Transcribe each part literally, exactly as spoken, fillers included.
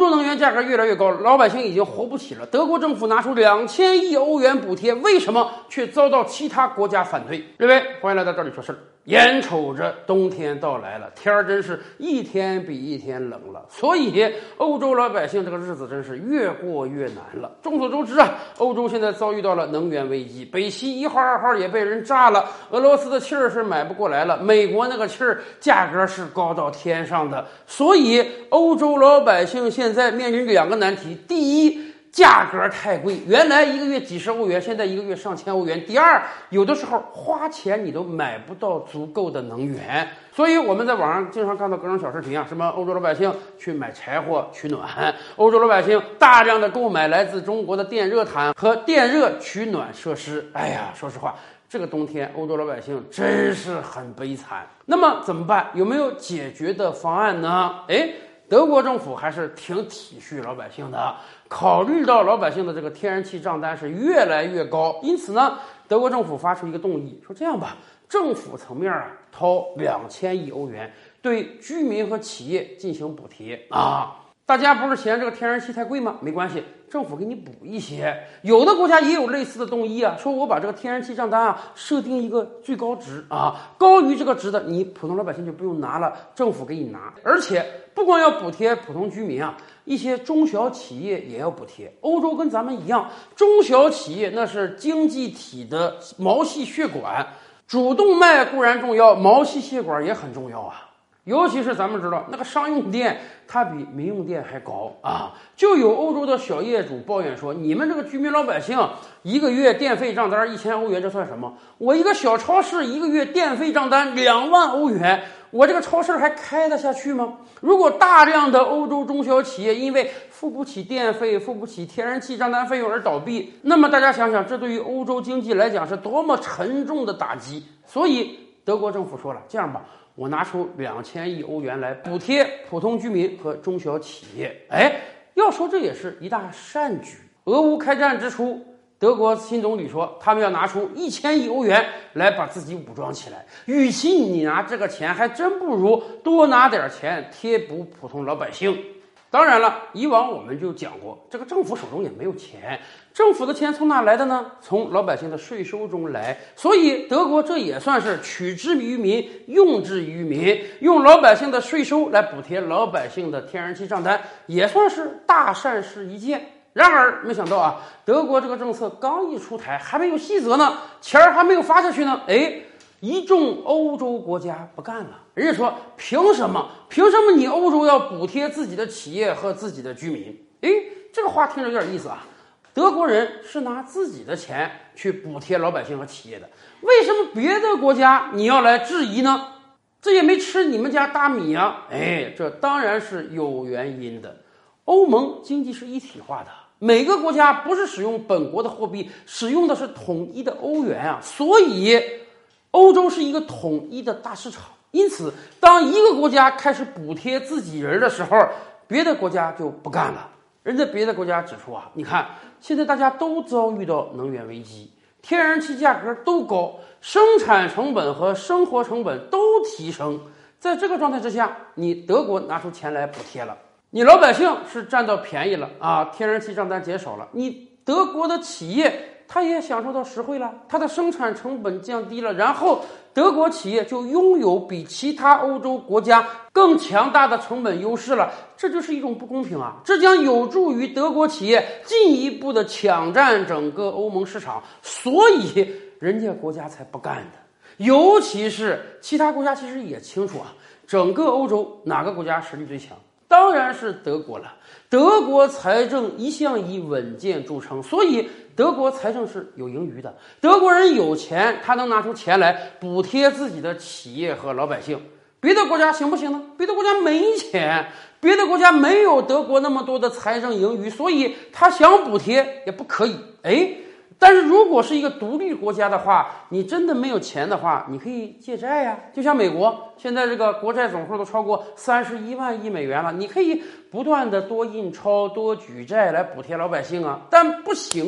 洲能源价格越来越高，老百姓已经活不起了。德国政府拿出两千亿欧元补贴，为什么却遭到其他国家反对？各位，欢迎来到这里说事儿。眼瞅着冬天到来了，天儿真是一天比一天冷了，所以欧洲老百姓这个日子真是越过越难了。众所周知啊，欧洲现在遭遇到了能源危机，北溪一号、二号也被人炸了，俄罗斯的气儿是买不过来了，美国那个气儿价格是高到天上的，所以欧洲老百姓现在面临两个难题：第一，价格太贵，原来一个月几十欧元，现在一个月上千欧元。第二，有的时候花钱你都买不到足够的能源。所以我们在网上经常看到各种小视频啊，什么欧洲老百姓去买柴火取暖，欧洲老百姓大量的购买来自中国的电热毯和电热取暖设施。哎呀，说实话，这个冬天欧洲老百姓真是很悲惨。那么怎么办？有没有解决的方案呢？诶德国政府还是挺体恤老百姓的，考虑到老百姓的这个天然气账单是越来越高，因此呢，德国政府发出一个动议，说这样吧，政府层面啊掏两千亿欧元，对居民和企业进行补贴啊。大家不是嫌这个天然气太贵吗？没关系，政府给你补一些。有的国家也有类似的动议啊，说我把这个天然气账单啊设定一个最高值啊，高于这个值的，你普通老百姓就不用拿了，政府给你拿。而且不光要补贴普通居民啊，一些中小企业也要补贴。欧洲跟咱们一样，中小企业那是经济体的毛细血管，主动脉固然重要，毛细血管也很重要啊。尤其是咱们知道那个商用电它比民用电还高啊，就有欧洲的小业主抱怨说，你们这个居民老百姓一个月电费账单一千欧元，这算什么？我一个小超市一个月电费账单两万欧元，我这个超市还开得下去吗？如果大量的欧洲中小企业因为付不起电费、付不起天然气账单费用而倒闭，那么大家想想，这对于欧洲经济来讲是多么沉重的打击。所以德国政府说了，这样吧，我拿出两千亿欧元来补贴普通居民和中小企业。哎，要说这也是一大善举。俄乌开战之初，德国新总理说，他们要拿出一千亿欧元来把自己武装起来。与其你拿这个钱，还真不如多拿点钱贴补普通老百姓。当然了，以往我们就讲过，这个政府手中也没有钱，政府的钱从哪来的呢？从老百姓的税收中来。所以德国这也算是取之于民，用之于民，用老百姓的税收来补贴老百姓的天然气账单，也算是大善事一件。然而没想到啊，德国这个政策刚一出台，还没有细则呢，钱儿还没有发下去呢，哎，一众欧洲国家不干了。人家说，凭什么？凭什么你欧洲要补贴自己的企业和自己的居民？诶，这个话听着有点意思啊。德国人是拿自己的钱去补贴老百姓和企业的，为什么别的国家你要来质疑呢？这也没吃你们家大米啊！哎，这当然是有原因的。欧盟经济是一体化的，每个国家不是使用本国的货币，使用的是统一的欧元啊，所以欧洲是一个统一的大市场。因此，当一个国家开始补贴自己人的时候，别的国家就不干了。人家别的国家指出啊，你看现在大家都遭遇到能源危机，天然气价格都高，生产成本和生活成本都提升。在这个状态之下，你德国拿出钱来补贴了，你老百姓是占到便宜了啊，天然气账单减少了，你德国的企业它也享受到实惠了，它的生产成本降低了，然后德国企业就拥有比其他欧洲国家更强大的成本优势了，这就是一种不公平啊！这将有助于德国企业进一步的抢占整个欧盟市场，所以人家国家才不干的。尤其是其他国家其实也清楚啊，整个欧洲哪个国家实力最强？当然是德国了。德国财政一向以稳健著称，所以德国财政是有盈余的。德国人有钱，他能拿出钱来补贴自己的企业和老百姓。别的国家行不行呢？别的国家没钱，别的国家没有德国那么多的财政盈余，所以他想补贴也不可以。哎，但是如果是一个独立国家的话，你真的没有钱的话，你可以借债呀。就像美国现在这个国债总数都超过三十一万亿美元了，你可以不断的多印钞、多举债来补贴老百姓啊。但不行啊，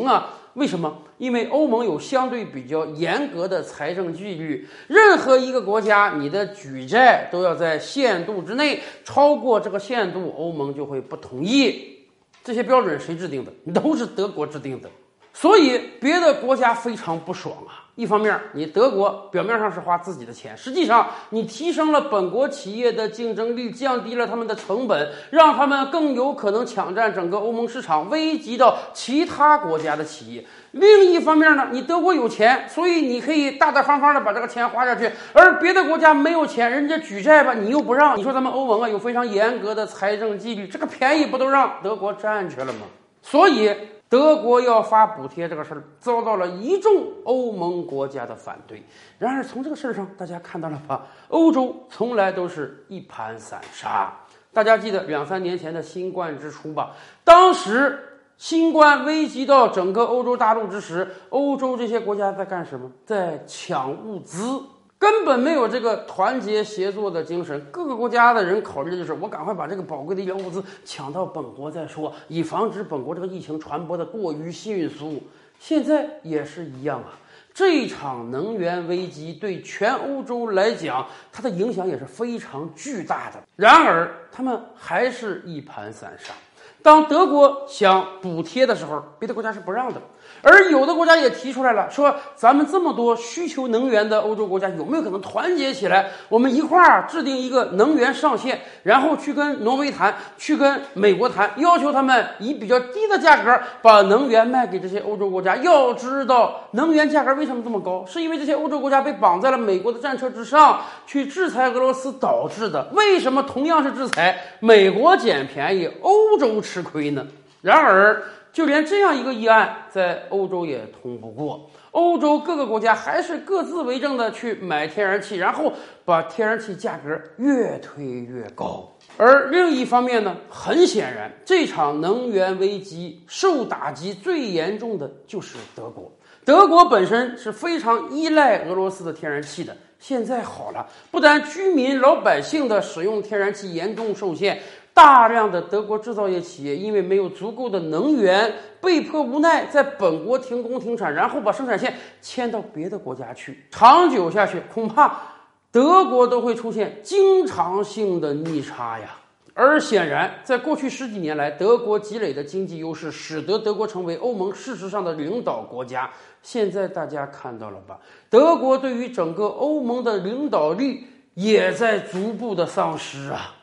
为什么？因为欧盟有相对比较严格的财政纪律，任何一个国家你的举债都要在限度之内，超过这个限度，欧盟就会不同意。这些标准谁制定的？都是德国制定的。所以别的国家非常不爽啊。一方面，你德国表面上是花自己的钱，实际上你提升了本国企业的竞争力，降低了他们的成本，让他们更有可能抢占整个欧盟市场，危及到其他国家的企业。另一方面呢，你德国有钱，所以你可以大大方方的把这个钱花下去，而别的国家没有钱，人家举债吧，你又不让。你说咱们欧盟啊有非常严格的财政纪律，这个便宜不都让德国占去了吗？所以德国要发补贴这个事儿遭到了一众欧盟国家的反对。然而从这个事儿上大家看到了吧，欧洲从来都是一盘散沙。大家记得两三年前的新冠之初吧，当时新冠危及到整个欧洲大陆之时，欧洲这些国家在干什么？在抢物资，根本没有这个团结协作的精神。各个国家的人考虑的就是我赶快把这个宝贵的医疗物资抢到本国再说，以防止本国这个疫情传播的过于迅速。现在也是一样啊，这场能源危机对全欧洲来讲，它的影响也是非常巨大的。然而他们还是一盘散沙。当德国想补贴的时候，别的国家是不让的，而有的国家也提出来了，说咱们这么多需求能源的欧洲国家，有没有可能团结起来，我们一块儿制定一个能源上限，然后去跟挪威谈，去跟美国谈，要求他们以比较低的价格把能源卖给这些欧洲国家。要知道能源价格为什么这么高，是因为这些欧洲国家被绑在了美国的战车之上，去制裁俄罗斯导致的。为什么同样是制裁，美国捡便宜，欧洲吃亏呢？然而就连这样一个议案在欧洲也通不过，欧洲各个国家还是各自为政的去买天然气，然后把天然气价格越推越高。而另一方面呢，很显然这场能源危机受打击最严重的就是德国。德国本身是非常依赖俄罗斯的天然气的，现在好了，不但居民老百姓的使用天然气严重受限，大量的德国制造业企业因为没有足够的能源，被迫无奈在本国停工停产，然后把生产线迁到别的国家去。长久下去，恐怕德国都会出现经常性的逆差呀。而显然，在过去十几年来，德国积累的经济优势使得德国成为欧盟事实上的领导国家。现在大家看到了吧，德国对于整个欧盟的领导力也在逐步的丧失啊。